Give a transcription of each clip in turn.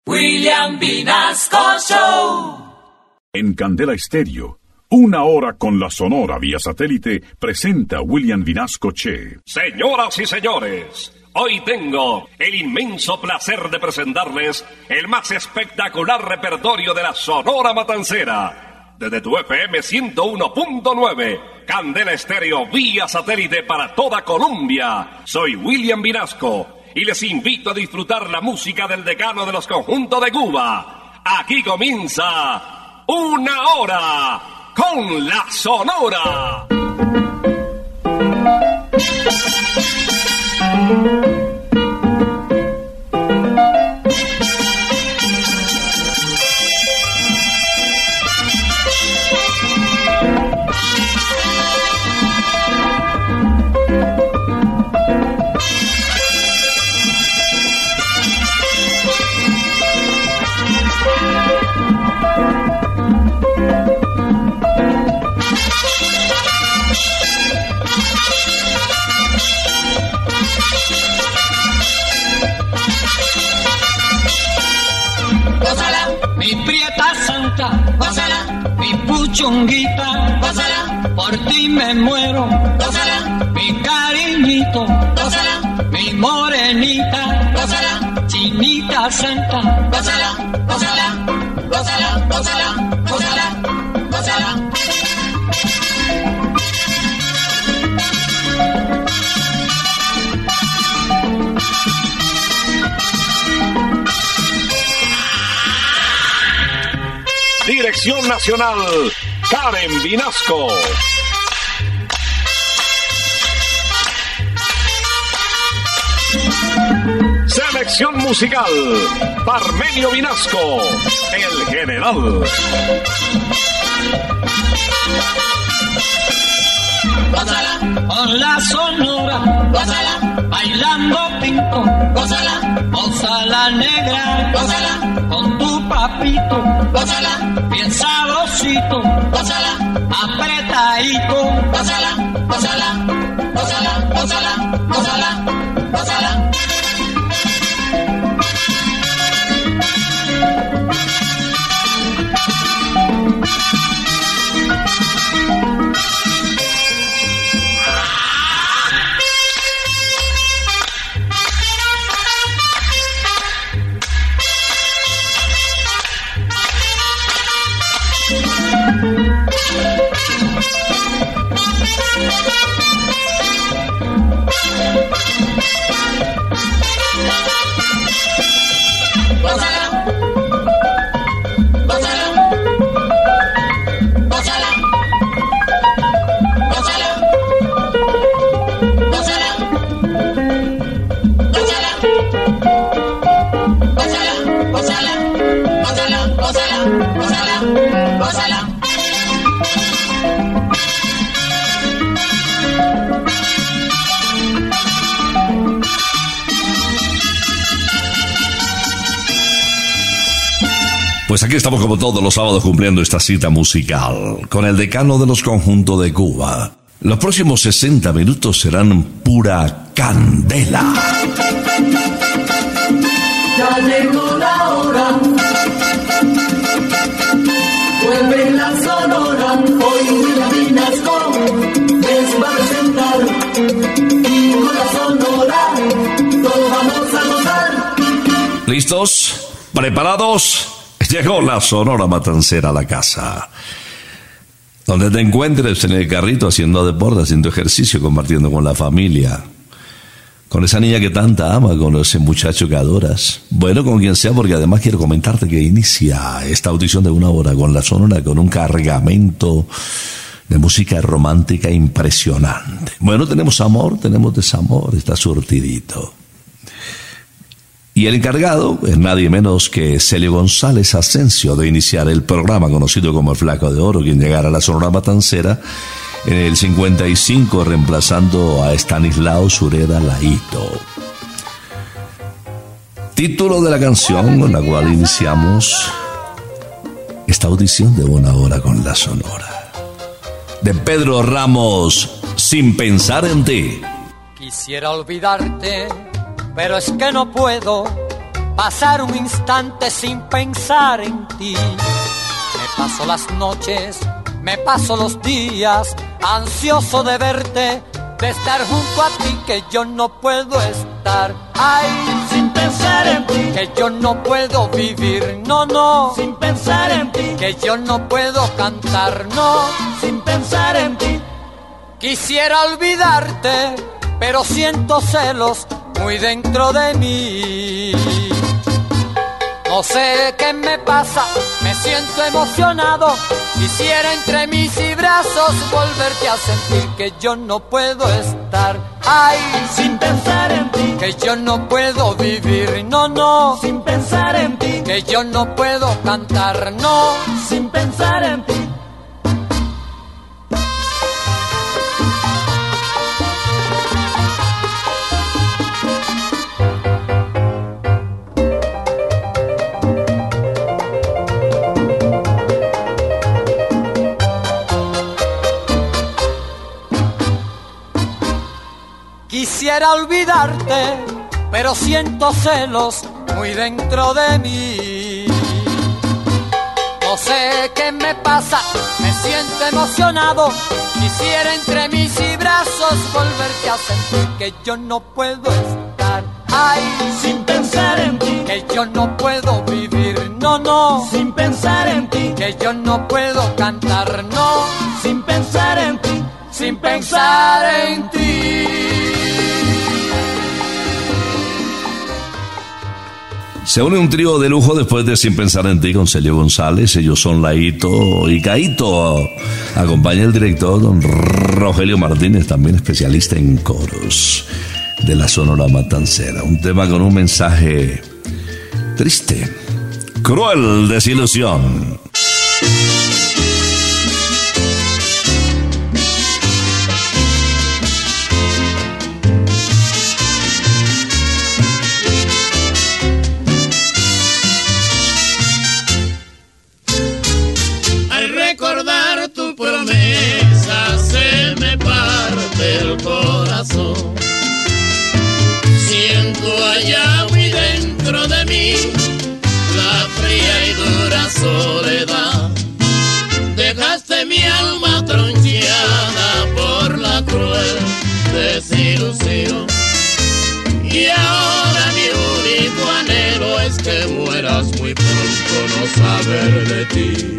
William Vinasco Show. En Candela Estéreo, una hora con la Sonora vía satélite, presenta William Vinasco Che. Señoras y señores, hoy tengo el inmenso placer de presentarles el más espectacular repertorio de la Sonora Matancera. Desde tu FM 101.9, Candela Estéreo vía satélite para toda Colombia. Soy William Vinasco y les invito a disfrutar la música del decano de los conjuntos de Cuba. Aquí comienza Una Hora con la Sonora. Mi prieta santa, gózala, mi puchunguita, gózala, por ti me muero, gózala, mi cariñito, gózala, mi morenita, gózala, chinita santa, gózala, gózala, gózala, gózala, gózala, gózala. Dirección Nacional, Karen Vinasco. Selección musical, Parmenio Vinasco, el general. Gózala, con la Sonora, gózala, bailando pinto, gózala, gózala negra, gózala, con tu papito, gózala, bien sabrosito, gózala, apretadito, gózala, gózala, gózala, gózala, gózala, gózala. Pues aquí estamos como todos los sábados cumpliendo esta cita musical con el decano de los conjuntos de Cuba. Los próximos 60 minutos serán pura candela. Ya llegó la hora, vuelve la Sonora, hoy William Vinasco les va a presentar, y con la Sonora todos vamos a gozar. ¿Listos? ¿Preparados? Llegó la Sonora Matancera a la casa. Donde te encuentres, en el carrito, haciendo deporte, haciendo ejercicio, compartiendo con la familia, con esa niña que tanta ama, con ese muchacho que adoras. Bueno, con quien sea, porque además quiero comentarte que inicia esta audición de Una Hora con la Sonora con un cargamento de música romántica impresionante. Bueno, tenemos amor, tenemos desamor, está surtidito. Y el encargado es nadie menos que Celio González Asensio de iniciar el programa conocido como El Flaco de Oro, quien llegará a la Sonora Matancera en el 55, reemplazando a Estanislao Sureda Laito. Título de la canción con la cual iniciamos esta audición de Una Hora con la Sonora. De Pedro Ramos, Sin pensar en ti. Quisiera olvidarte, pero es que no puedo. pasar un instante sin pensar en ti. Me paso las noches, me paso los días, ansioso de verte, de estar junto a ti, que yo no puedo estar, ay, sin pensar en ti, que yo no puedo vivir, no, no, sin pensar en ti, que yo no puedo cantar, no, sin pensar en ti. Quisiera olvidarte, pero siento celos muy dentro de mí. No sé qué me pasa, me siento emocionado. Quisiera entre mis brazos volverte a sentir, que yo no puedo estar, ay, sin pensar en ti, que yo no puedo vivir, no, no, sin pensar en ti, que yo no puedo cantar, no, sin pensar en ti. Quisiera olvidarte, pero siento celos muy dentro de mí. No sé qué me pasa, me siento emocionado. Quisiera entre mis brazos volverte a sentir, que yo no puedo estar, ay, sin pensar en ti, que yo no puedo vivir, no, no, sin pensar en ti, que yo no puedo cantar, no, sin pensar en ti, sin pensar en ti. Se une un trío de lujo después de Sin Pensar en Ti con Celio González. Ellos son Laito y Caito. Acompaña el director don Rogelio Martínez, también especialista en coros de la Sonora Matancera. Un tema con un mensaje triste, cruel desilusión. El corazón, siento allá muy dentro de mí la fría y dura soledad. Dejaste mi alma troncheada por la cruel desilusión, y ahora mi único anhelo es que mueras muy pronto, no saber de ti.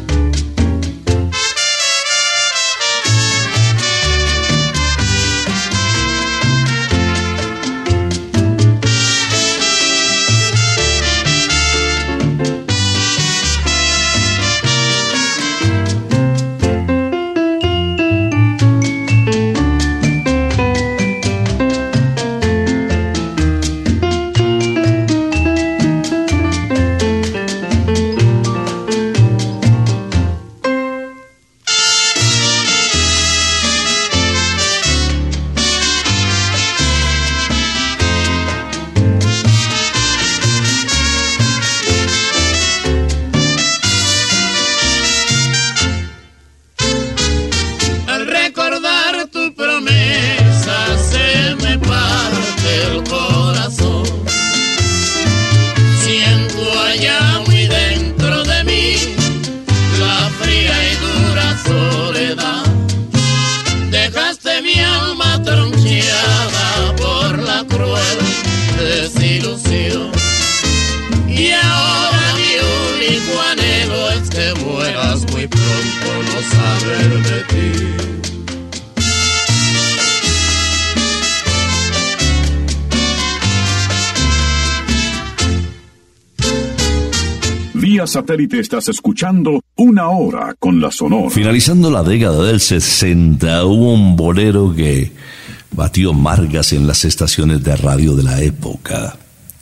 Vía satélite estás escuchando Una Hora con la Sonora. Finalizando la década del 60, hubo un bolero que batió marcas en las estaciones de radio de la época.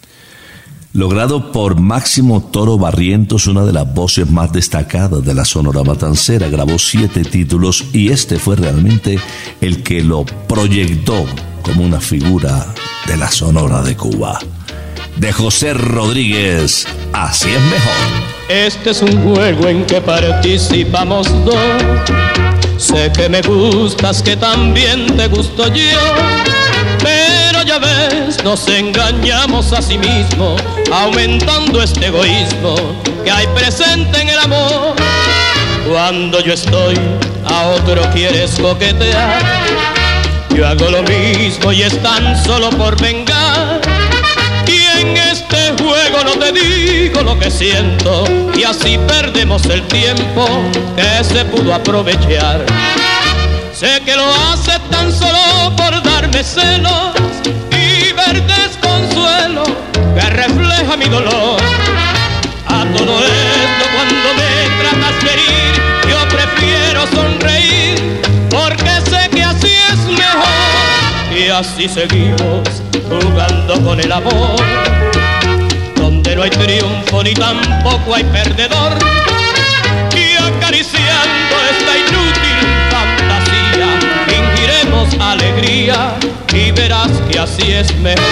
Logrado por Máximo Toro Barrientos, una de las voces más destacadas de la Sonora Matancera, grabó 7 títulos y este fue realmente el que lo proyectó como una figura de la Sonora de Cuba. De José Rodríguez, Así es mejor. Este es un juego en que participamos dos. Sé que me gustas, que también te gusto yo, pero ya ves, nos engañamos a sí mismos, aumentando este egoísmo que hay presente en el amor. Cuando yo estoy, a otro quieres coquetear. Yo hago lo mismo y es tan solo por vengar. Y en este juego no te digo lo que siento, y así perdemos el tiempo que se pudo aprovechar. Sé que lo hace tan solo por darme celos y ver desconsuelo que refleja mi dolor. A todo esto, cuando me tratas de herir, yo prefiero sonreír, porque sé que así es mejor. Y así seguimos jugando con el amor, donde no hay triunfo ni tampoco hay perdedor. Y acariciando esta inútil fantasía, fingiremos alegría y verás que así es mejor.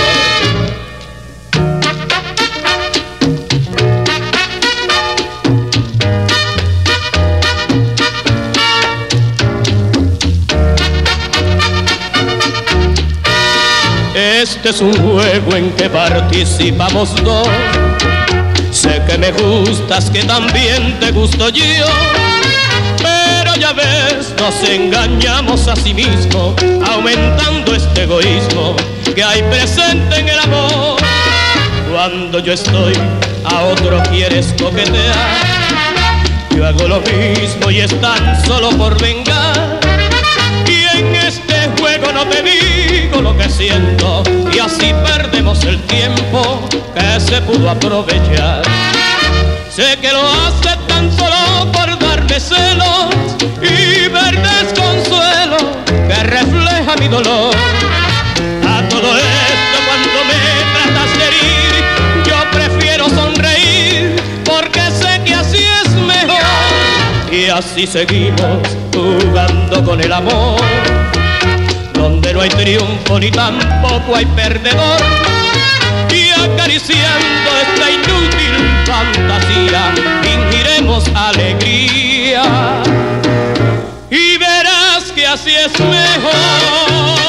Este es un juego en que participamos dos. Sé que me gustas, que también te gusto yo, pero ya ves, nos engañamos a sí mismos, aumentando este egoísmo que hay presente en el amor. Cuando yo estoy, a otro quieres coquetear. Yo hago lo mismo y es tan solo por vengar. Y en este juego no te digo lo que siento, y así perdemos el tiempo que se pudo aprovechar. Sé que lo hace tan solo por darme celos y ver desconsuelo que refleja mi dolor. A todo esto, cuando me tratas de herir, yo prefiero sonreír, porque sé que así es mejor. Y así seguimos jugando con el amor, donde no hay triunfo ni tampoco hay perdedor. Y acariciando esta inútil fantasía, fingiremos alegría y verás que así es mejor.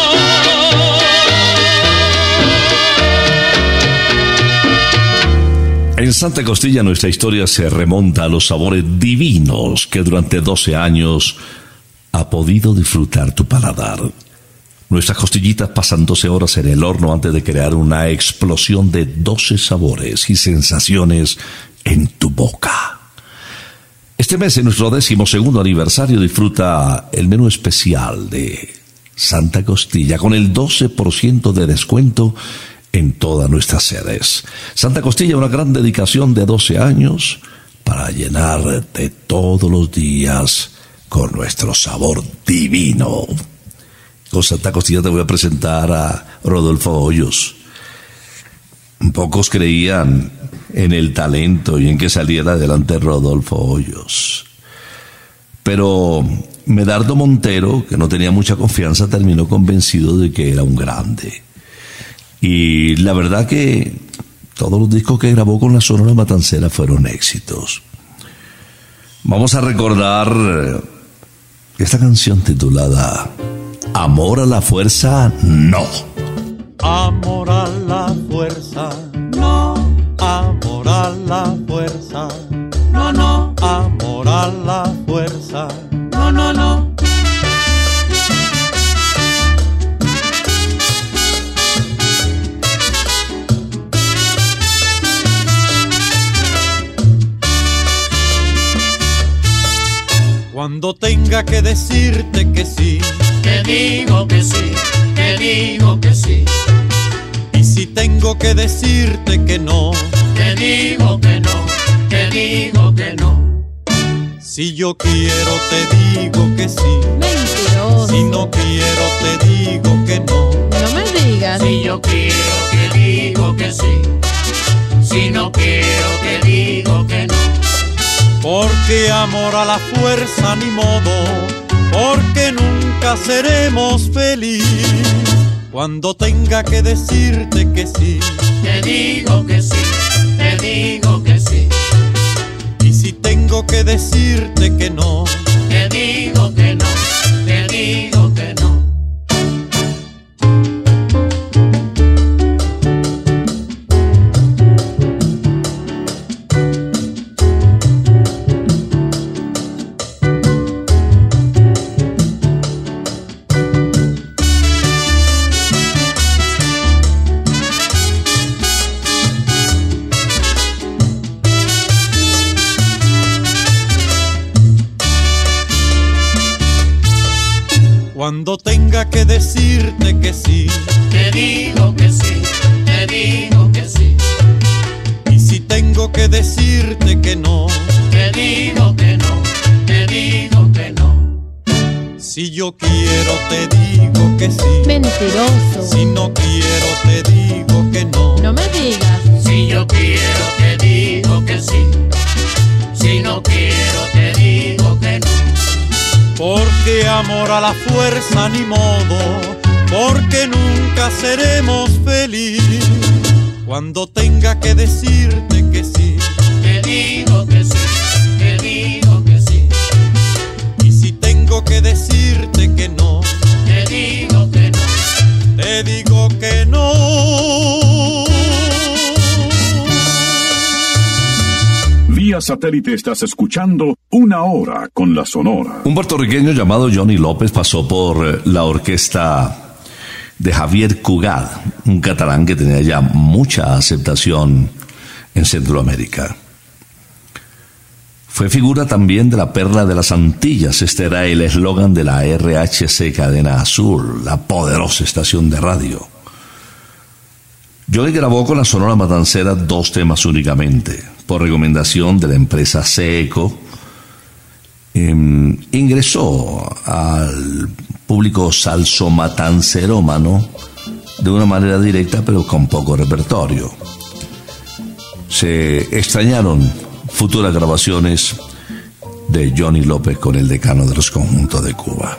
En Santa Costilla nuestra historia se remonta a los sabores divinos que durante 12 años ha podido disfrutar tu paladar. Nuestras costillitas pasan 12 horas en el horno antes de crear una explosión de 12 sabores y sensaciones en tu boca. Este mes, en nuestro 12º aniversario, disfruta el menú especial de Santa Costilla con el 12% de descuento en todas nuestras sedes. Santa Costilla, una gran dedicación de 12 años para llenarte todos los días con nuestro sabor divino. Con Santa Costilla te voy a presentar a Rodolfo Hoyos. Pocos creían en el talento y en que saliera adelante Rodolfo Hoyos. Pero Medardo Montero, que no tenía mucha confianza, terminó convencido de que era un grande. Y la verdad que todos los discos que grabó con la Sonora Matancera fueron éxitos. Vamos a recordar esta canción titulada Amor a la fuerza, no. Amor a la fuerza, no. Amor a la fuerza, no, no. Amor a la fuerza, no, no, no. Cuando tenga que decirte que sí, te digo que sí, te digo que sí. Y si tengo que decirte que no, te digo que no, te digo que no. Si yo quiero te digo que sí, mentiroso. Si no quiero te digo que no, no me digas. Si yo quiero te digo que sí, si no quiero te digo que no. Porque amor a la fuerza ni modo, porque nunca seremos feliz. Cuando tenga que decirte que sí, te digo que sí, te digo que sí. Y si tengo que decirte que no, te digo que no, te digo que no. Cuando tenga que decirte que sí, te digo que sí, te digo que sí. Y si tengo que decirte que no, te digo que no, te digo que no. Si yo quiero te digo que sí, Mentiroso. si no quiero te digo que no. No me digas. Si yo quiero te digo que sí, si no quiero te digo que no. Porque amor a la fuerza ni modo, porque nunca seremos felices. Cuando tenga que decirte que sí, te digo que sí, te digo que sí. Y si tengo que decirte que no, te digo que no, te digo que no. Vía satélite estás escuchando Una Hora con la Sonora. Un puertorriqueño llamado Johnny López pasó por la orquesta de Javier Cugat, un catalán que tenía ya mucha aceptación en Centroamérica. Fue figura también de la Perla de las Antillas. Este era el eslogan de la RHC Cadena Azul, la poderosa estación de radio. Johnny grabó con la Sonora Matancera 2 temas únicamente, por recomendación de la empresa Seco. Ingresó al público salso-matancerómano de una manera directa, pero con poco repertorio. Se extrañaron futuras grabaciones de Johnny López con el decano de los conjuntos de Cuba.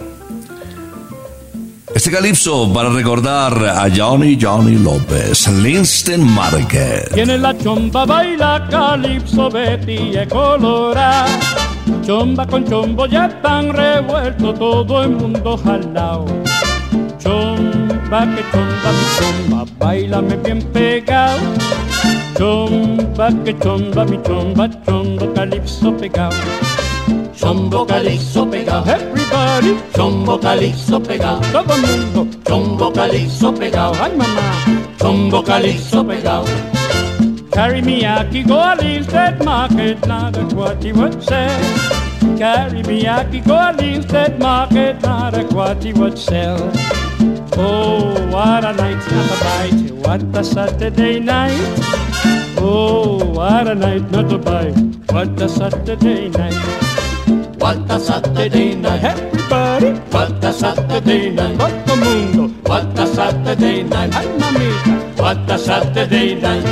Este calipso para recordar a Johnny López, Linston Márquez. Tiene la chomba, baila calipso, Betty es colorada. Chomba con chombo ya están revueltos, todo el mundo jalao. Chomba que chomba, mi chomba, bailame bien pegado. Chomba que chomba, mi chomba, chombo calipso pegado. chombo calipso pegado. Everybody, Chombo calipso pegado. todo el mundo. Chombo calipso pegado. Ay mamá. Chombo calipso pegado. Carry me aki go a Linstead Market, now that's what he would say. Carry me aki go a Linstead Market, now that's what he would sell. Oh, what a night, not a bite, what a Saturday night. Oh, what a night, not a bite, what a Saturday night. What a Saturday night. Everybody, What a Saturday night. todo el mundo. What a Saturday night. Ay mamita, What a Saturday night.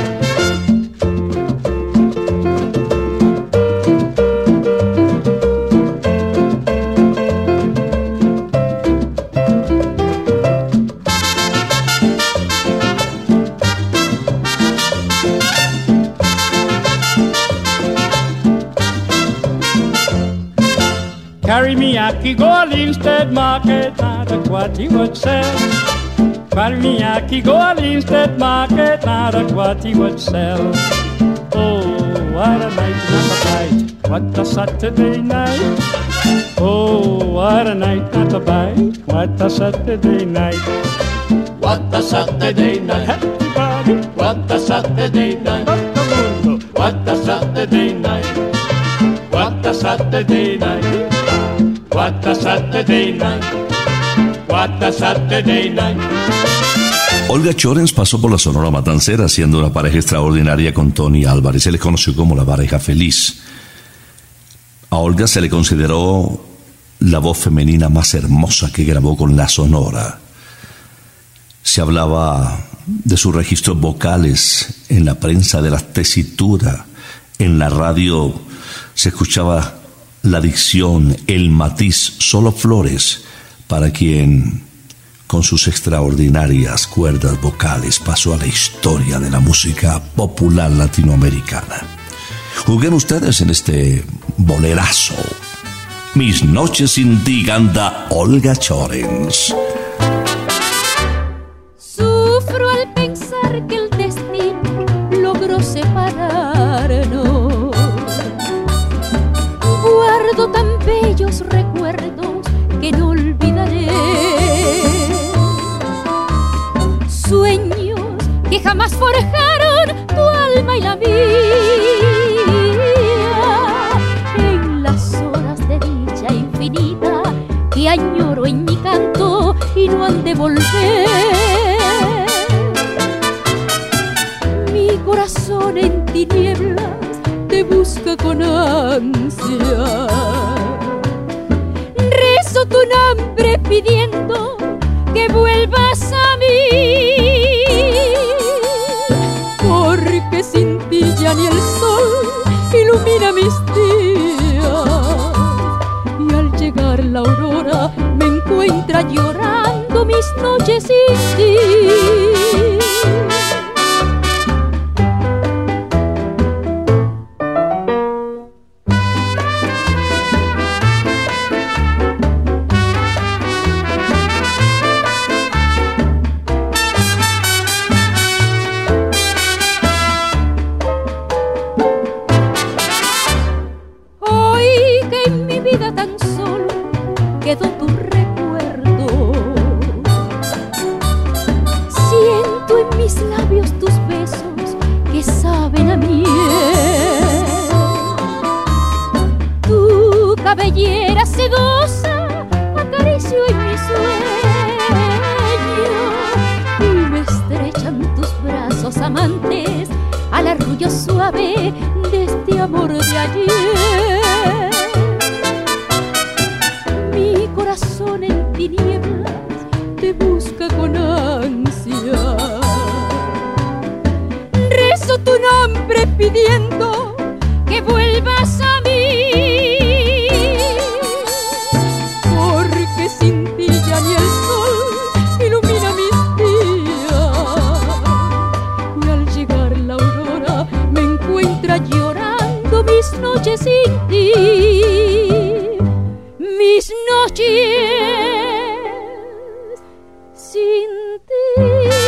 carry me aki go a Linstead Market, now that's what he would sell. Carry me aki go a Linstead Market, now that's what he would sell. Oh, what a night, not a bite, what a Saturday night. Oh, what a night, not a bite, what a Saturday night. What a Saturday night. Everybody, What a Saturday night. todo el mundo. What a Saturday night. What a Saturday night. What a Saturday night. What a Saturday night. Olga Chorens pasó por la Sonora Matancera siendo una pareja extraordinaria con Tony Álvarez. Se le conoció como la pareja feliz. A Olga se le consideró la voz femenina más hermosa que grabó con la Sonora. Se hablaba de sus registros vocales en la prensa, de la tesitura. En la radio se escuchaba la dicción, el matiz, solo flores para quien, con sus extraordinarias cuerdas vocales, pasó a la historia de la música popular latinoamericana. Juzguen ustedes en este bolerazo. Mis noches sin ti, canta Olga Chorens. Sufro al pensar que el destino logró separarnos. Guardo tan bellos recuerdos que no olvidaré. Sueños que jamás forjaron tu alma y la mía. En las horas de dicha infinita que añoro en mi canto. te busca con ansia. Rezo tu nombre pidiendo que vuelvas a mí, porque sin ti ya ni el sol ilumina mis días, y al llegar la aurora me encuentra llorando mis noches sin ti. Quedó tu recuerdo, siento en mis labios tus besos que saben a miel, tu cabellera sedosa acaricio en mi sueño, y me estrechan tus brazos amantes al arrullo suave de este amor de ayer. Corazón en tinieblas te busca con ansia. Rezo tu nombre pidiendo que vuelvas a mí, porque sin ti ya ni el sol ilumina mis días, y al llegar la aurora me encuentra llorando mis noches sin ti. Mis noches sin ti.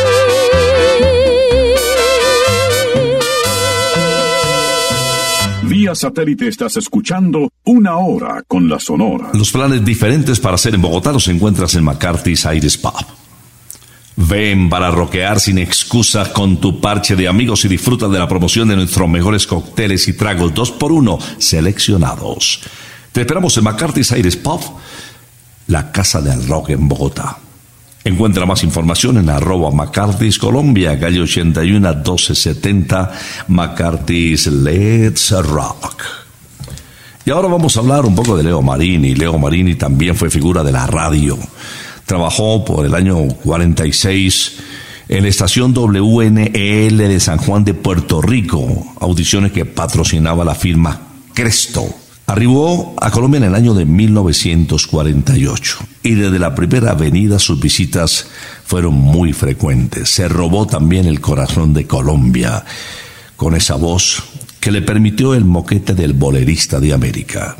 Vía satélite estás escuchando Una Hora con la Sonora. Los planes diferentes para hacer en Bogotá los encuentras en McCarthy's Irish Pub. Ven para rockear sin excusa con tu parche de amigos y disfruta de la promoción de nuestros mejores cócteles y tragos 2x1 seleccionados. Te esperamos en McCarthy's Irish Pub, la casa del rock en Bogotá. Encuentra más información en @McCarthy's Colombia, calle 81 1270, McCarthy's Let's Rock. Y ahora vamos a hablar un poco de Leo Marini. Leo Marini también fue figura de la radio. Trabajó por el año 46 en la estación WNEL de San Juan de Puerto Rico, audiciones que patrocinaba la firma Cresto. Arribó a Colombia en el año de 1948 y desde la primera avenida sus visitas fueron muy frecuentes. Se robó también el corazón de Colombia con esa voz que le permitió el moquete del bolerista de América.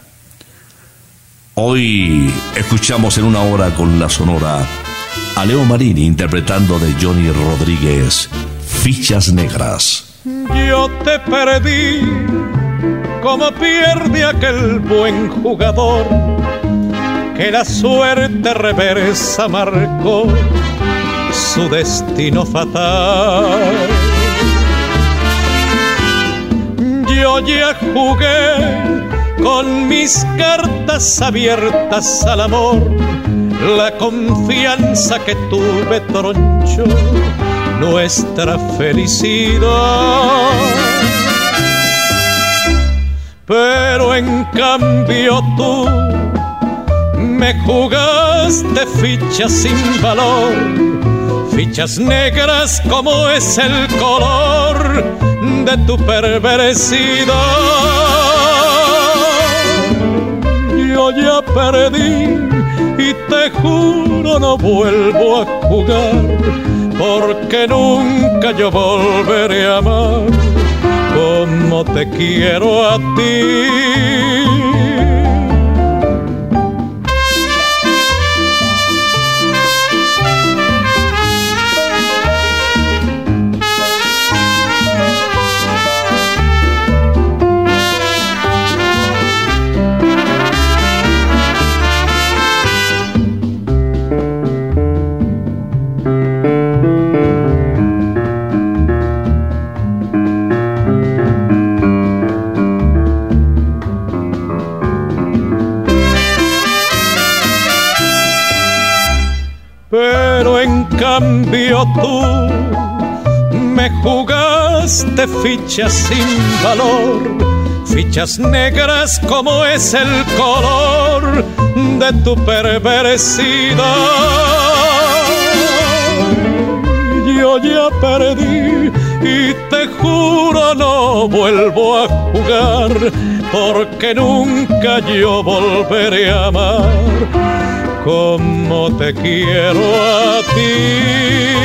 Hoy escuchamos en Una Hora con la Sonora a Leo Marini interpretando de Johnny Rodríguez, Fichas Negras. Yo te perdí como pierde aquel buen jugador que la suerte reversa marcó su destino fatal. Yo ya jugué con mis cartas abiertas al amor, la confianza que tuve tronchó nuestra felicidad. Pero en cambio tú me jugaste fichas sin valor, fichas negras como es el color de tu perversidad. Yo ya perdí y te juro no vuelvo a jugar, porque nunca yo volveré a amar como te quiero a ti. Pero en cambio tú me jugaste fichas sin valor, fichas negras como es el color de tu perversidad. Yo ya perdí y te juro no vuelvo a jugar, porque nunca yo volveré a amar como te quiero a ti.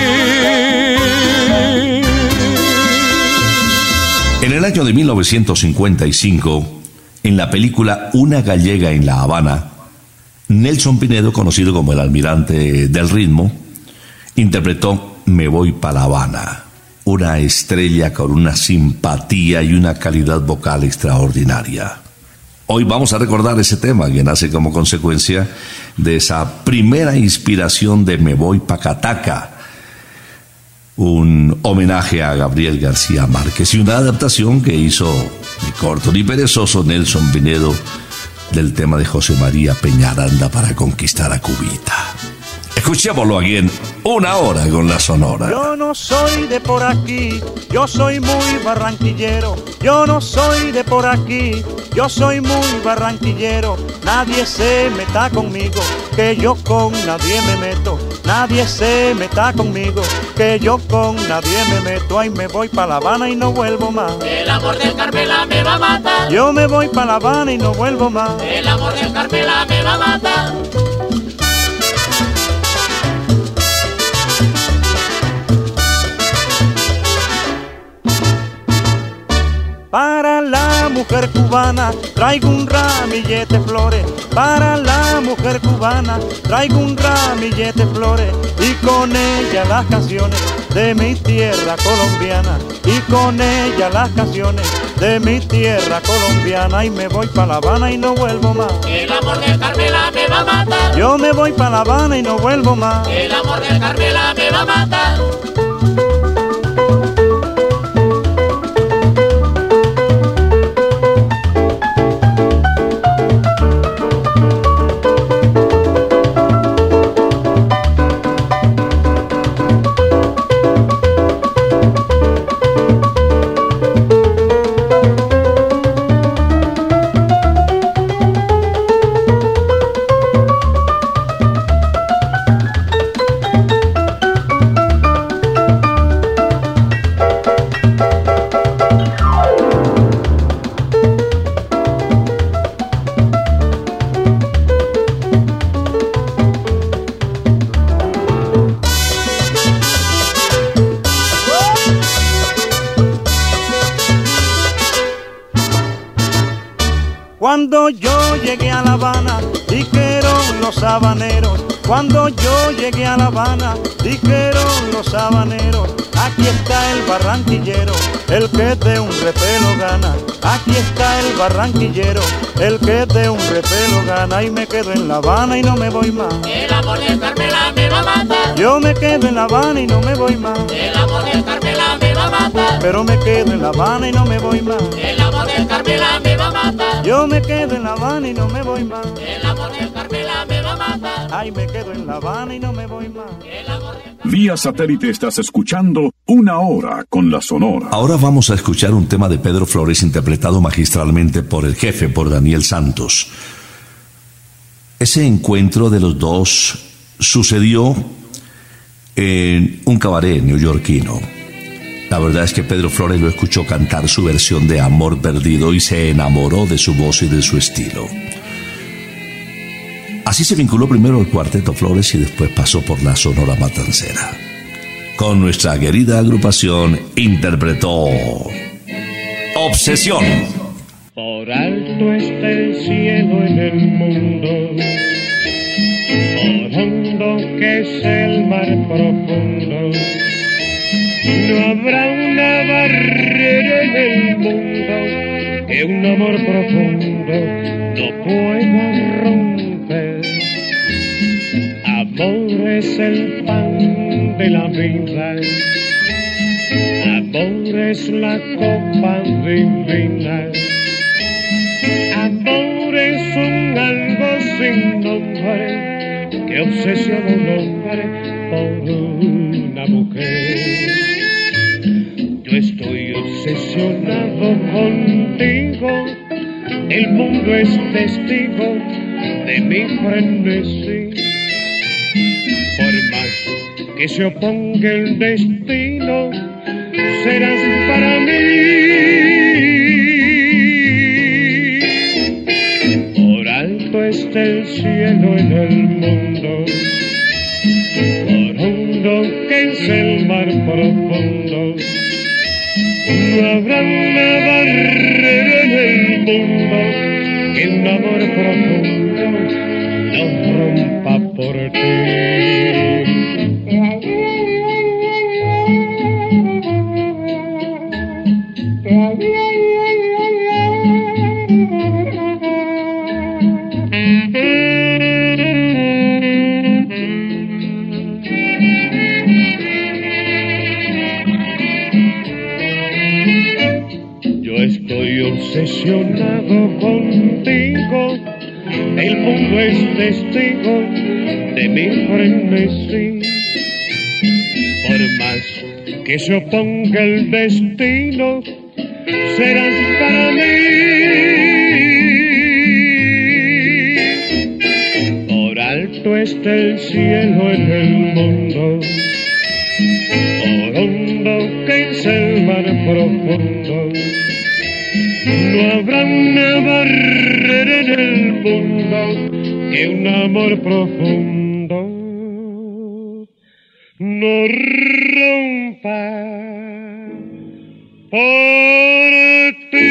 En el año de 1955, en la película Una gallega en La Habana, Nelson Pinedo, conocido como el almirante del ritmo, interpretó Me voy pa' La Habana, una estrella con una simpatía y una calidad vocal extraordinaria. Hoy vamos a recordar ese tema que nace como consecuencia de esa primera inspiración de Me voy pa' Cataca, un homenaje a Gabriel García Márquez y una adaptación que hizo ni corto ni perezoso Nelson Pinedo del tema de José María Peñaranda para conquistar a Cubita. Escuchémoslo aquí en Una Hora con la Sonora. Yo no soy de por aquí, yo soy muy barranquillero. Yo no soy de por aquí, yo soy muy barranquillero. Nadie se meta conmigo, que yo con nadie me meto. Nadie se meta conmigo, que yo con nadie me meto. Ay, me voy pa' La Habana y no vuelvo más. El amor del Carmela me va a matar. Yo me voy pa' La Habana y no vuelvo más. El amor del Carmela me va a matar. Para la mujer cubana traigo un ramillete de flores. Para la mujer cubana traigo un ramillete de flores. Y con ella las canciones de mi tierra colombiana. Y con ella las canciones de mi tierra colombiana. Y me voy pa' La Habana y no vuelvo más. El amor de Carmela me va a matar. Yo me voy pa' La Habana y no vuelvo más. El amor de Carmela me va a matar. Cuando yo llegué a La Habana, dijeron los habaneros. Cuando yo llegué a La Habana, dijeron los habaneros. Aquí está el barranquillero, el que de un repelo gana. Aquí está el barranquillero, el que de un repelo gana. Y me quedo en La Habana y no me voy más. El amor de Carmela me va a matar. Yo me quedo en La Habana y no me voy más. El amor de Carmela me va a matar. Pero me quedo en La Habana y no me voy más. El amor de Carmela me va a matar. Yo me quedo en La Habana y no me voy más. El amor de Carmela me va a matar. Ay, me quedo en La Habana y no me voy más. El amor de... Vía satélite estás escuchando Una Hora con la Sonora. Ahora vamos a escuchar un tema de Pedro Flores interpretado magistralmente por el jefe, por Daniel Santos. Ese encuentro de los dos sucedió en un cabaret neoyorquino. La verdad es que Pedro Flores lo escuchó cantar su versión de Amor Perdido y se enamoró de su voz y de su estilo. Así se vinculó primero al Cuarteto Flores y después pasó por la Sonora Matancera. Con nuestra querida agrupación interpretó Obsesión. Por alto está el cielo en el mundo, por hondo que es el mar profundo. No habrá una barrera en el mundo que un amor profundo no pueda romper. Amor es el pan de la vida, amor es la copa divina, amor es un algo sin nombre que obsesiona a un hombre por una mujer. Yo estoy obsesionado contigo El mundo es testigo de mi frenesí. Por más que se oponga el destino, serás para mí. Por alto está el cielo en el mundo, por hondo que es el mar profundo. No habrá una barrera en el mundo que un amor profundo no rompa por ti. Obsesionado contigo, el mundo es testigo de mi frenesí. Por más que se oponga el destino, serás para mí. Por alto está el cielo en el mundo, por hondo que es el mar profundo. No habrá una barrera en el mundo que un amor profundo no rompa por ti.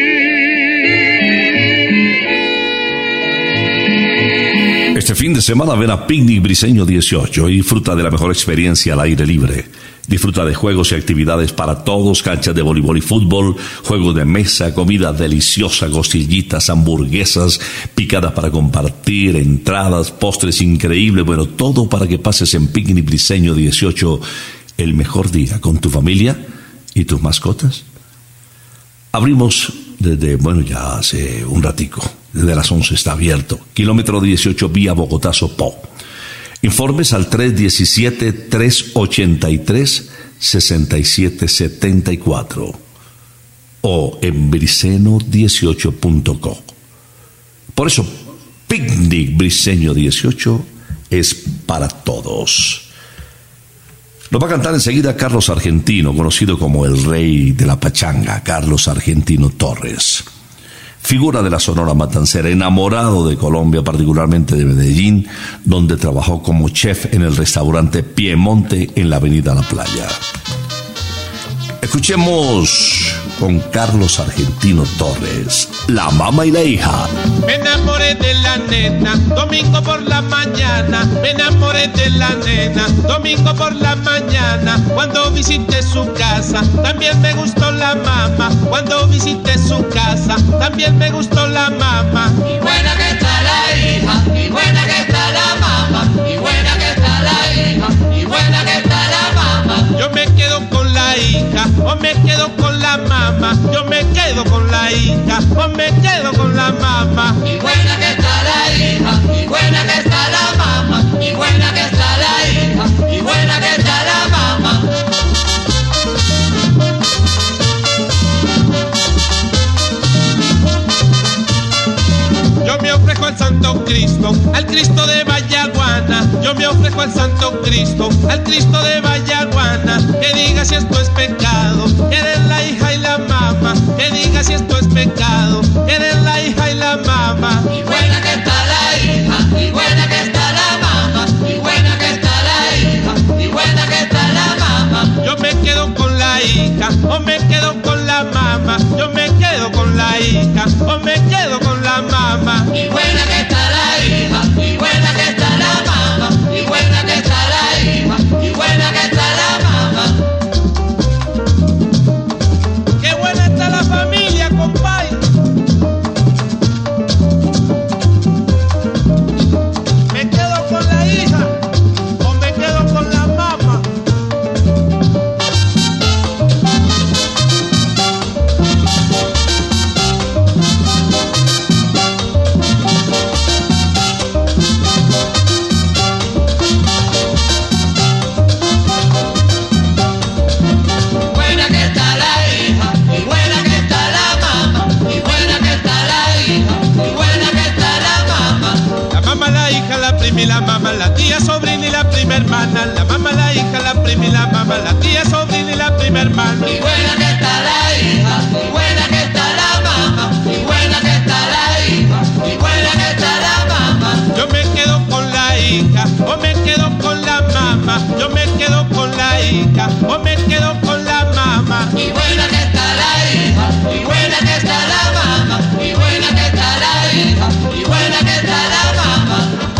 Este fin de semana ven a Picnic Briseño 18 y disfruta de la mejor experiencia al aire libre. Disfruta de juegos y actividades para todos, canchas de voleibol y fútbol, juegos de mesa, comida deliciosa, costillitas, hamburguesas, picadas para compartir, entradas, postres increíbles, bueno, todo para que pases en Picnic Briseño 18 el mejor día con tu familia y tus mascotas. Abrimos desde, ya hace un ratico, desde las 11 está abierto, kilómetro 18 vía Bogotá-Sopó. Informes al 317-383-6774 o en briceno18.co. Por eso, Picnic Briseño 18 es para todos. Lo va a cantar enseguida Carlos Argentino, conocido como el rey de la pachanga, Carlos Argentino Torres. Figura de la Sonora Matancera, enamorado de Colombia, particularmente de Medellín, donde trabajó como chef en el restaurante Piemonte en la avenida La Playa. Escuchemos con Carlos Argentino Torres, La Mamá y la Hija. Me enamoré de la nena, domingo por la mañana. Me enamoré de la nena, domingo por la mañana. Cuando visité su casa, también me gustó la mamá. Cuando visité su casa, también me gustó la mamá. Y buena que está la hija, y buena que está la mamá. Y buena que está la hija, y buena que está la mamá. Yo me quedo con la hija, o me quedo con la mamá. Yo me quedo con la hija, o me quedo con la mamá. Y buena que está la hija, y buena que está la mamá. Y buena que está la hija, y buena que está la mamá. Yo me ofrezco al Santo Cristo, al Cristo de Vallaguana. Yo me ofrezco al Santo Cristo, al Cristo de Vallaguana. Que diga si esto es pecado, que eres la hija y la mamá. Que diga si esto es pecado, que eres la hija y la mamá. Y buena que está la hija, y buena que está la mamá. Y buena que está la hija, y buena que está la mamá. Yo me quedo con la hija, o me quedo con la mamá. Yo me quedo con la hija, o me quedo con la mamá. Y buena que está la hija, y buena que está la mamá. Y buena que está la hija, y buena que está la mamá. Qué buena está la familia, compadre. prima y la mamá, la tía, sobrina y la prima hermana, la mamá, la hija, la prima y la mamá, la tía, sobrina y la prima hermana. Y buena que está la hija, y buena que está la mamá, y buena que está la hija, y buena que está la mamá. Yo me quedo con la hija, o me quedo con la mamá, yo me quedo con la hija, o me quedo con la mamá. Y buena que está la hija, y buena que está la mamá, y buena que está la hija, y buena que está la mamá.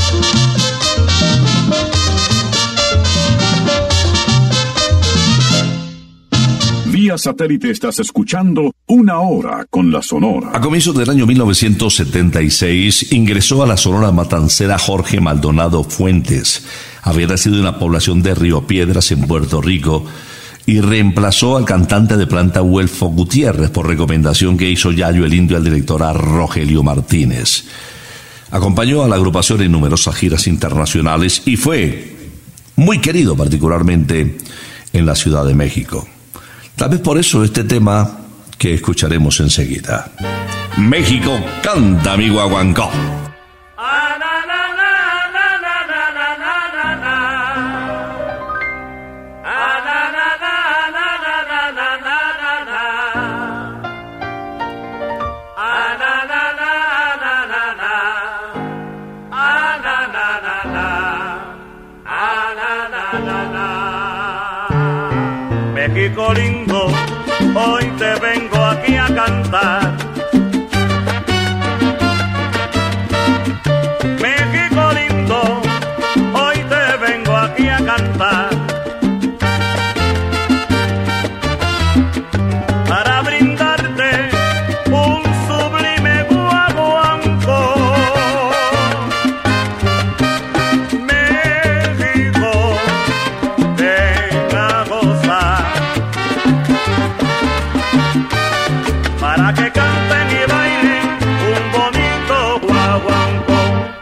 Vía satélite estás escuchando Una Hora con la Sonora. A comienzos del año 1976 ingresó a la Sonora Matancera Jorge Maldonado Fuentes. Había nacido en la población de Río Piedras, en Puerto Rico, y reemplazó al cantante de planta Huelfo Gutiérrez por recomendación que hizo Yayo el Indio al director Rogelio Martínez. Acompañó a la agrupación en numerosas giras internacionales y fue muy querido particularmente en la Ciudad de México. Tal vez por eso este tema que escucharemos enseguida. México canta mi guaguancó. México lindo, hoy te vengo aquí a cantar. México lindo, hoy te vengo aquí a cantar. Para brindarte un sublime guaguancó. México, ven a gozar. Para que canten y bailen un bonito guaguancó.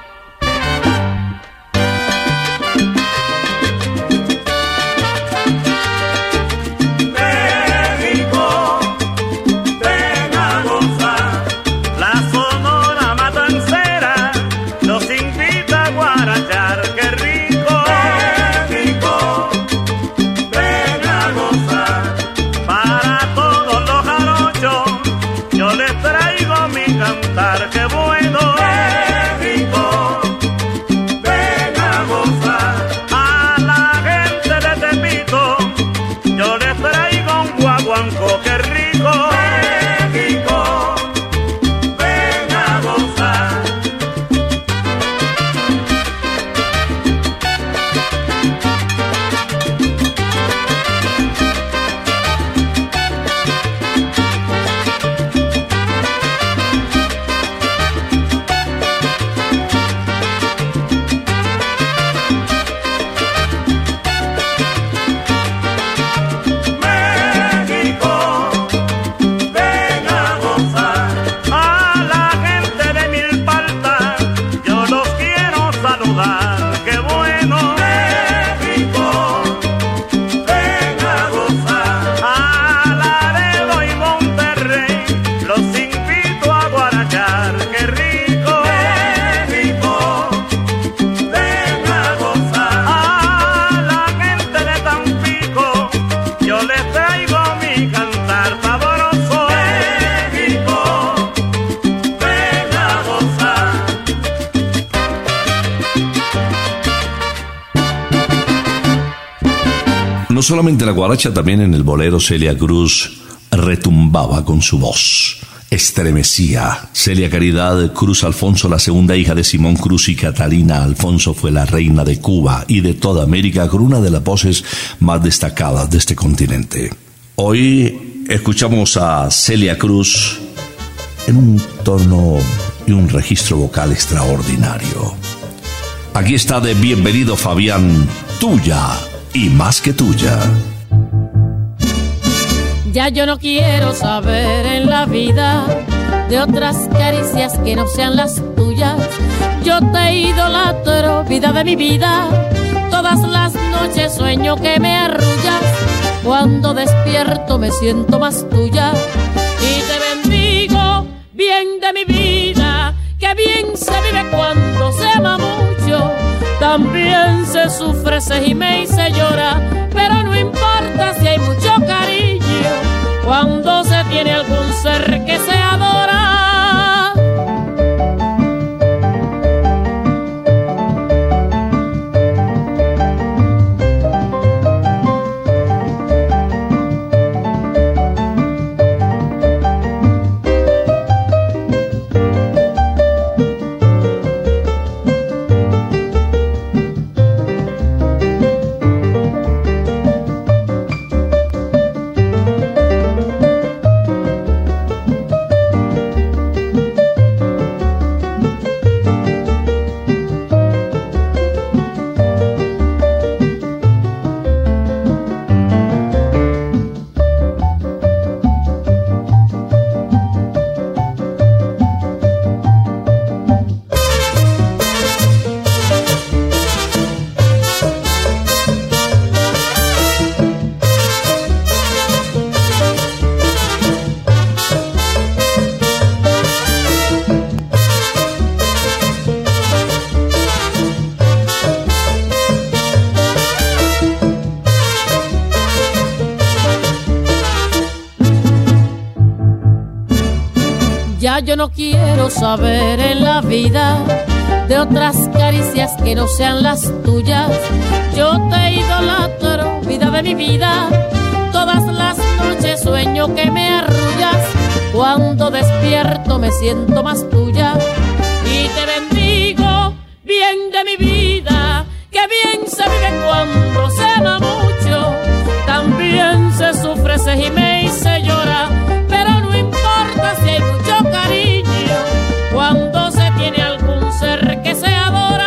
México, ven a gozar. La Sonora Matancera nos invita a guarachar, qué rico. México, ven a gozar. Para todos los jarochos yo les traigo mi cantar, qué bueno. México, ven a gozar. A la gente de Tepito yo les traigo un guaguancó, qué rico. México, ven a gozar. México, ven a gozar. A la gente de Milpalta yo los quiero saludar, qué bueno. México, ven a gozar. A Laredo y Monterrey los invito a guarachar, qué rico. México, ven a gozar. A la gente de Tampico yo les traigo mi cantar sabroso. México, ven a gozar. No solamente la guaracha, también en el bolero Celia Cruz retumbaba con su voz, estremecía. Celia Caridad Cruz Alfonso, la segunda hija de Simón Cruz y Catalina Alfonso, fue la reina de Cuba y de toda América, con una de las voces más destacadas de este continente. Hoy escuchamos a Celia Cruz en un tono y un registro vocal extraordinario. Aquí está de Bienvenido Fabián, tuya y más que tuya. Ya yo no quiero saber en la vida de otras caricias que no sean las tuyas. Yo te idolatro, vida de mi vida. Todas las noches sueño que me arrullas. Cuando despierto me siento más tuya. Y te bendigo, bien de mi vida, que bien se vive cuando se ama mucho. También se sufre, se gime y se llora, pero no importa si hay mucho cariño, cuando se tiene algún ser que se adora. Ya yo no quiero saber en la vida de otras caricias que no sean las tuyas. Yo te idolatro, vida de mi vida. Todas las noches sueño que me arrullas. Cuando despierto me siento más tuya. Y te bendigo, bien de mi vida, que bien se vive cuando se ama mucho. También se sufre, se gime y se llora, pero no importa si hay mucho cariño, cuando se tiene algún ser que se adora.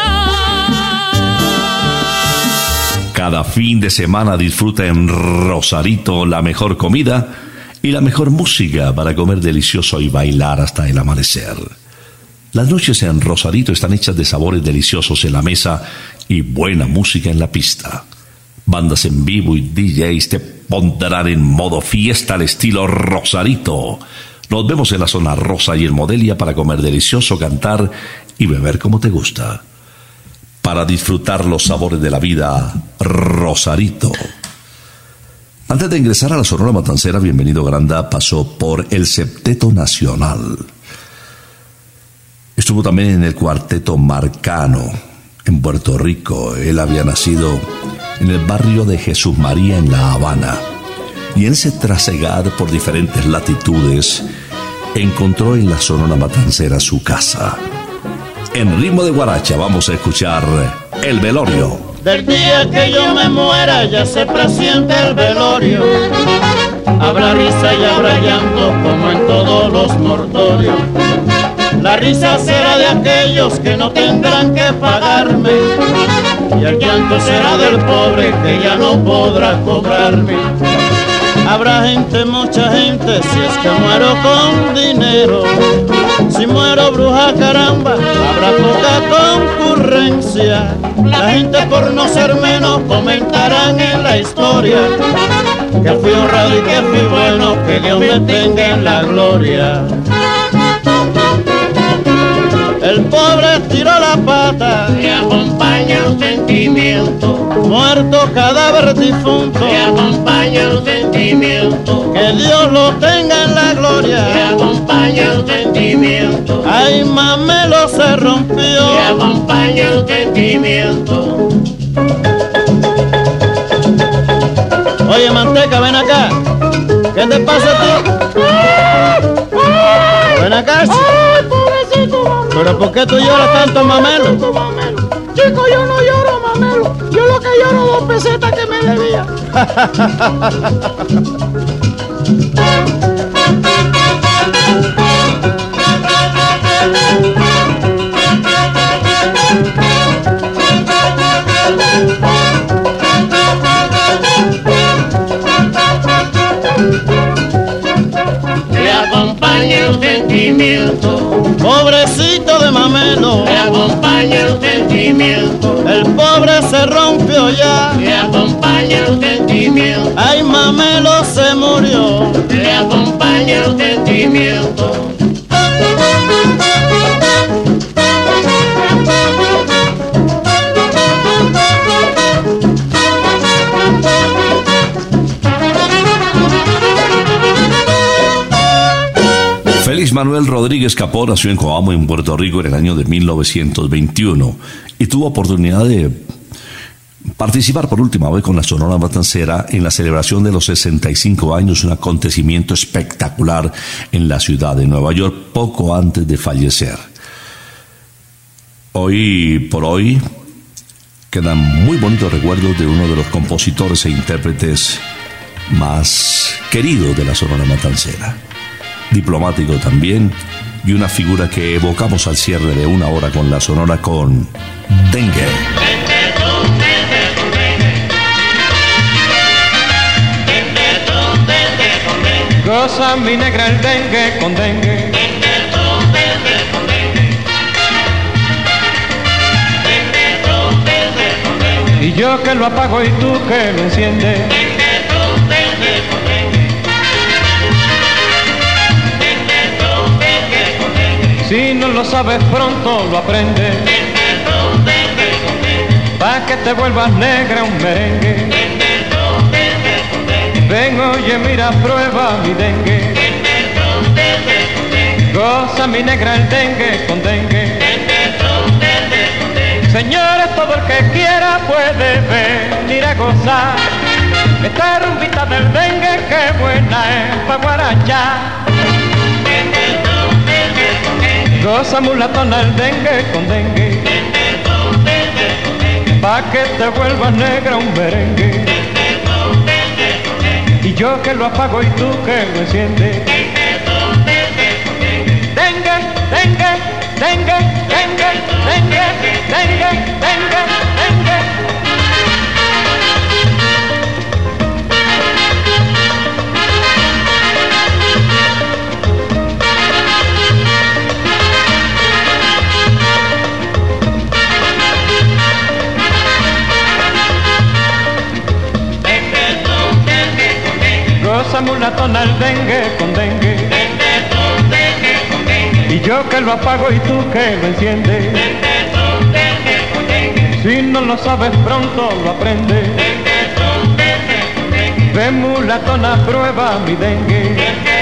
Cada fin de semana disfruta en Rosarito la mejor comida y la mejor música para comer delicioso y bailar hasta el amanecer. Las noches en Rosarito están hechas de sabores deliciosos en la mesa y buena música en la pista. Bandas en vivo y DJs te pondrán en modo fiesta al estilo Rosarito. Nos vemos en la zona rosa y en Modelia para comer delicioso, cantar y beber como te gusta. Para disfrutar los sabores de la vida, Rosarito. Antes de ingresar a la Sonora Matancera, Bienvenido Granda pasó por el Septeto Nacional. Estuvo también en el Cuarteto Marcano, en Puerto Rico. Él había nacido en el barrio de Jesús María en La Habana. Y en ese trasegar por diferentes latitudes, encontró en la Sonora Matancera su casa. En ritmo de guaracha vamos a escuchar El Velorio. Del día que yo me muera ya se presiente el velorio. Habrá risa y habrá llanto como en todos los mortorios. La risa será de aquellos que no tendrán que pagarme, y el llanto será del pobre que ya no podrá cobrarme. Habrá gente, mucha gente, si es que muero con dinero. Si muero bruja caramba, habrá poca concurrencia. La gente por no ser menos comentarán en la historia que fui honrado y que fui bueno, que Dios me tenga en la gloria. El pobre tiró la pata, le acompaña un sentimiento. Muerto, cadáver difunto, le acompaña un sentimiento. Que Dios lo tenga en la gloria, le acompaña un sentimiento. Ay, Mamelo se rompió, le acompaña un sentimiento. Oye, Manteca, ven acá. ¿Qué te pasa a ti? Ven acá. ¿Pero por qué tú lloras tanto, Mamelo? Chico, yo no lloro, Mamelo. Yo lo que lloro 2 pesetas que me debía. Le acompaña un sentimiento. Pobrecito de Mamelo, le acompaña un sentimiento. El pobre se rompió ya, le acompaña un sentimiento. Ay, Mamelo se murió, le acompaña un sentimiento. Manuel Rodríguez Capó nació en Coamo, en Puerto Rico, en el año de 1921 y tuvo oportunidad de participar por última vez con la Sonora Matancera en la celebración de los 65 años, un acontecimiento espectacular en la ciudad de Nueva York poco antes de fallecer. Hoy por hoy quedan muy bonitos recuerdos de uno de los compositores e intérpretes más queridos de la Sonora Matancera, diplomático también, y una figura que evocamos al cierre de una hora con la Sonora con Dengue. Goza mi negra el dengue con dengue. Y yo que lo apago y tú que lo enciendes. Si no lo sabes pronto lo aprendes. Pa' que te vuelvas negra un merengue. Ven, oye, mira, prueba mi dengue. Goza mi negra el dengue con dengue. Señores, todo el que quiera puede venir a gozar esta rumbita del dengue, que buena es pa' guarachar. Goza mulatona el dengue con dengue, pa' que te vuelvas negra un merengue. Y yo que lo apago y tú que lo enciendes. Dengue, dengue, dengue, dengue, dengue, dengue, dengue, dengue. Goza mulatona el dengue con dengue. Y yo que lo apago y tú que lo enciendes. Si no lo sabes pronto lo aprendes. Ven mulatona, prueba mi dengue.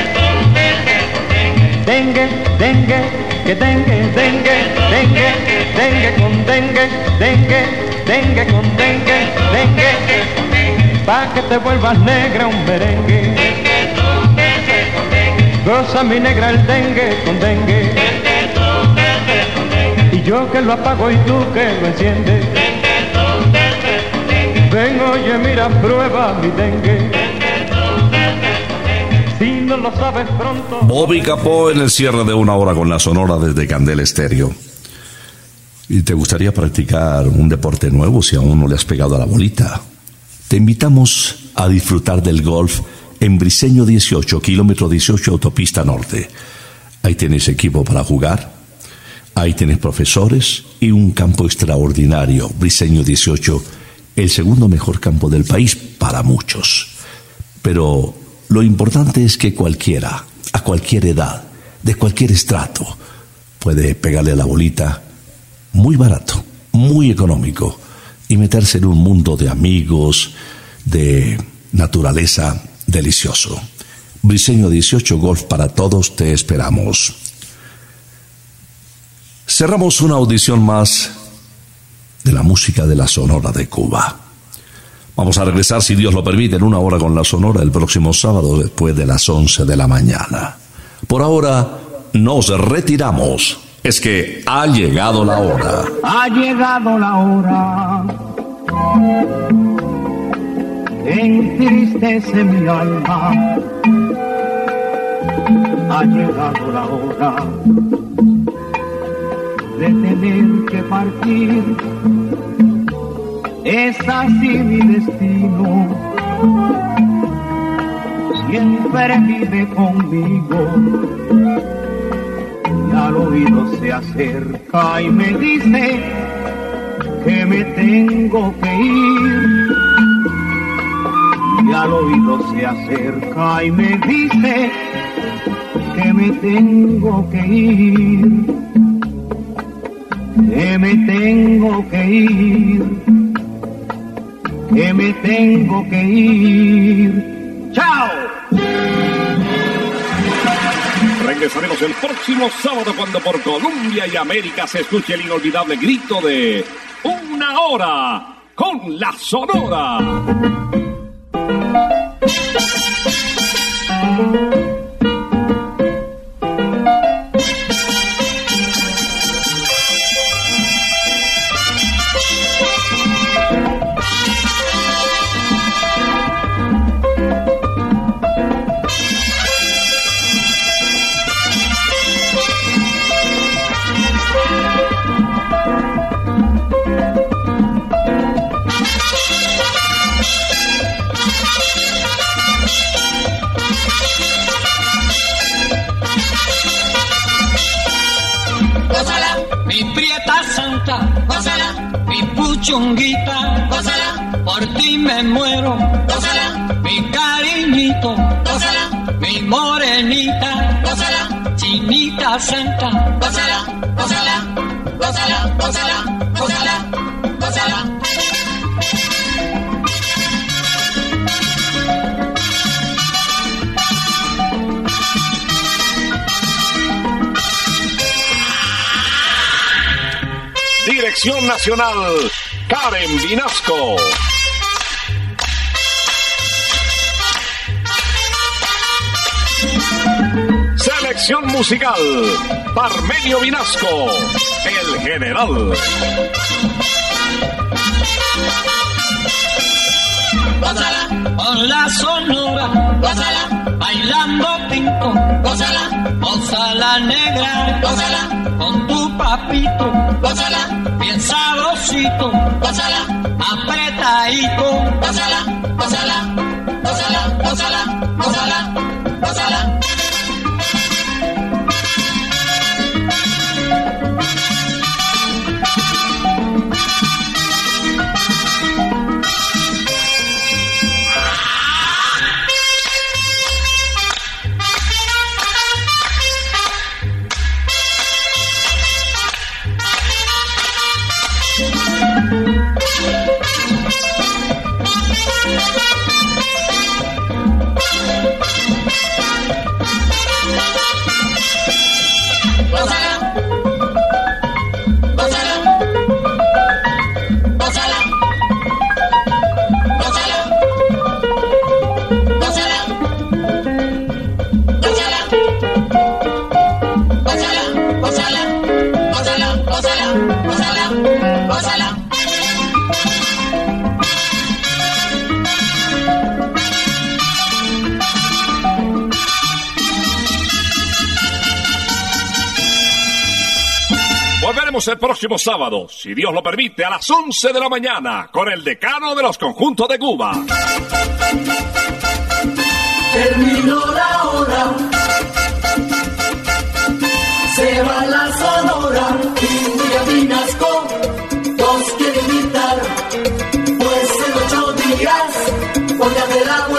Dengue, dengue, que dengue, dengue, dengue, dengue con dengue, dengue, dengue con dengue, dengue. Pa' que te vuelvas negra un merengue. Goza mi negra el dengue con dengue. Y yo que lo apago y tú que lo enciendes. Ven, oye, mira, prueba mi dengue. Si no lo sabes pronto. Bobby Capó en el cierre de una hora con la Sonora desde Candela Estéreo. ¿Y te gustaría practicar un deporte nuevo si aún no le has pegado a la bolita? Te invitamos a disfrutar del golf en Briceño 18, kilómetro 18, autopista norte. Ahí tienes equipo para jugar, ahí tienes profesores y un campo extraordinario. Briceño 18, el segundo mejor campo del país para muchos. Pero lo importante es que cualquiera, a cualquier edad, de cualquier estrato, puede pegarle a la bolita muy barato, muy económico, y meterse en un mundo de amigos, de naturaleza delicioso. Briceño 18, golf para todos, te esperamos. Cerramos una audición más de la música de la Sonora de Cuba. Vamos a regresar, si Dios lo permite, en una hora con la Sonora el próximo sábado después de las 11 de la mañana. Por ahora nos retiramos. Es que ha llegado la hora. Ha llegado la hora. Entristece mi alma. Ha llegado la hora de tener que partir. Es así mi destino. Siempre vive conmigo. Y al oído se acerca y me dice que me tengo que ir. Y al oído se acerca y me dice que me tengo que ir. Que me tengo que ir. Que me tengo que ir. ¡Chao! regresaremos el próximo sábado cuando por Colombia y América se escuche el inolvidable grito de Una Hora con la Sonora. Mi prieta santa, gózala, mi puchunguita, gózala, por ti me muero, gózala, mi cariñito, gózala, mi morenita, gózala, chinita santa, gózala, gózala, gózala, gózala, gózala, gózala. Dirección Nacional, Karen Vinasco. Selección musical, Parmenio Vinasco, el general. Gózala, con la Sonora, gózala, bailando pinto, gózala, gózala negra, gózala, con tu papito, gózala, bien sabrosito, gózala, apretadito, gózala, gózala, gózala, gózala, gózala, gózala. Volveremos el próximo sábado, si Dios lo permite, a las 11 de la mañana, con el decano de los conjuntos de Cuba. Terminó la hora, se va la Sonora y William Vinasco nos quiere invitar, pues en 8 días, porque de la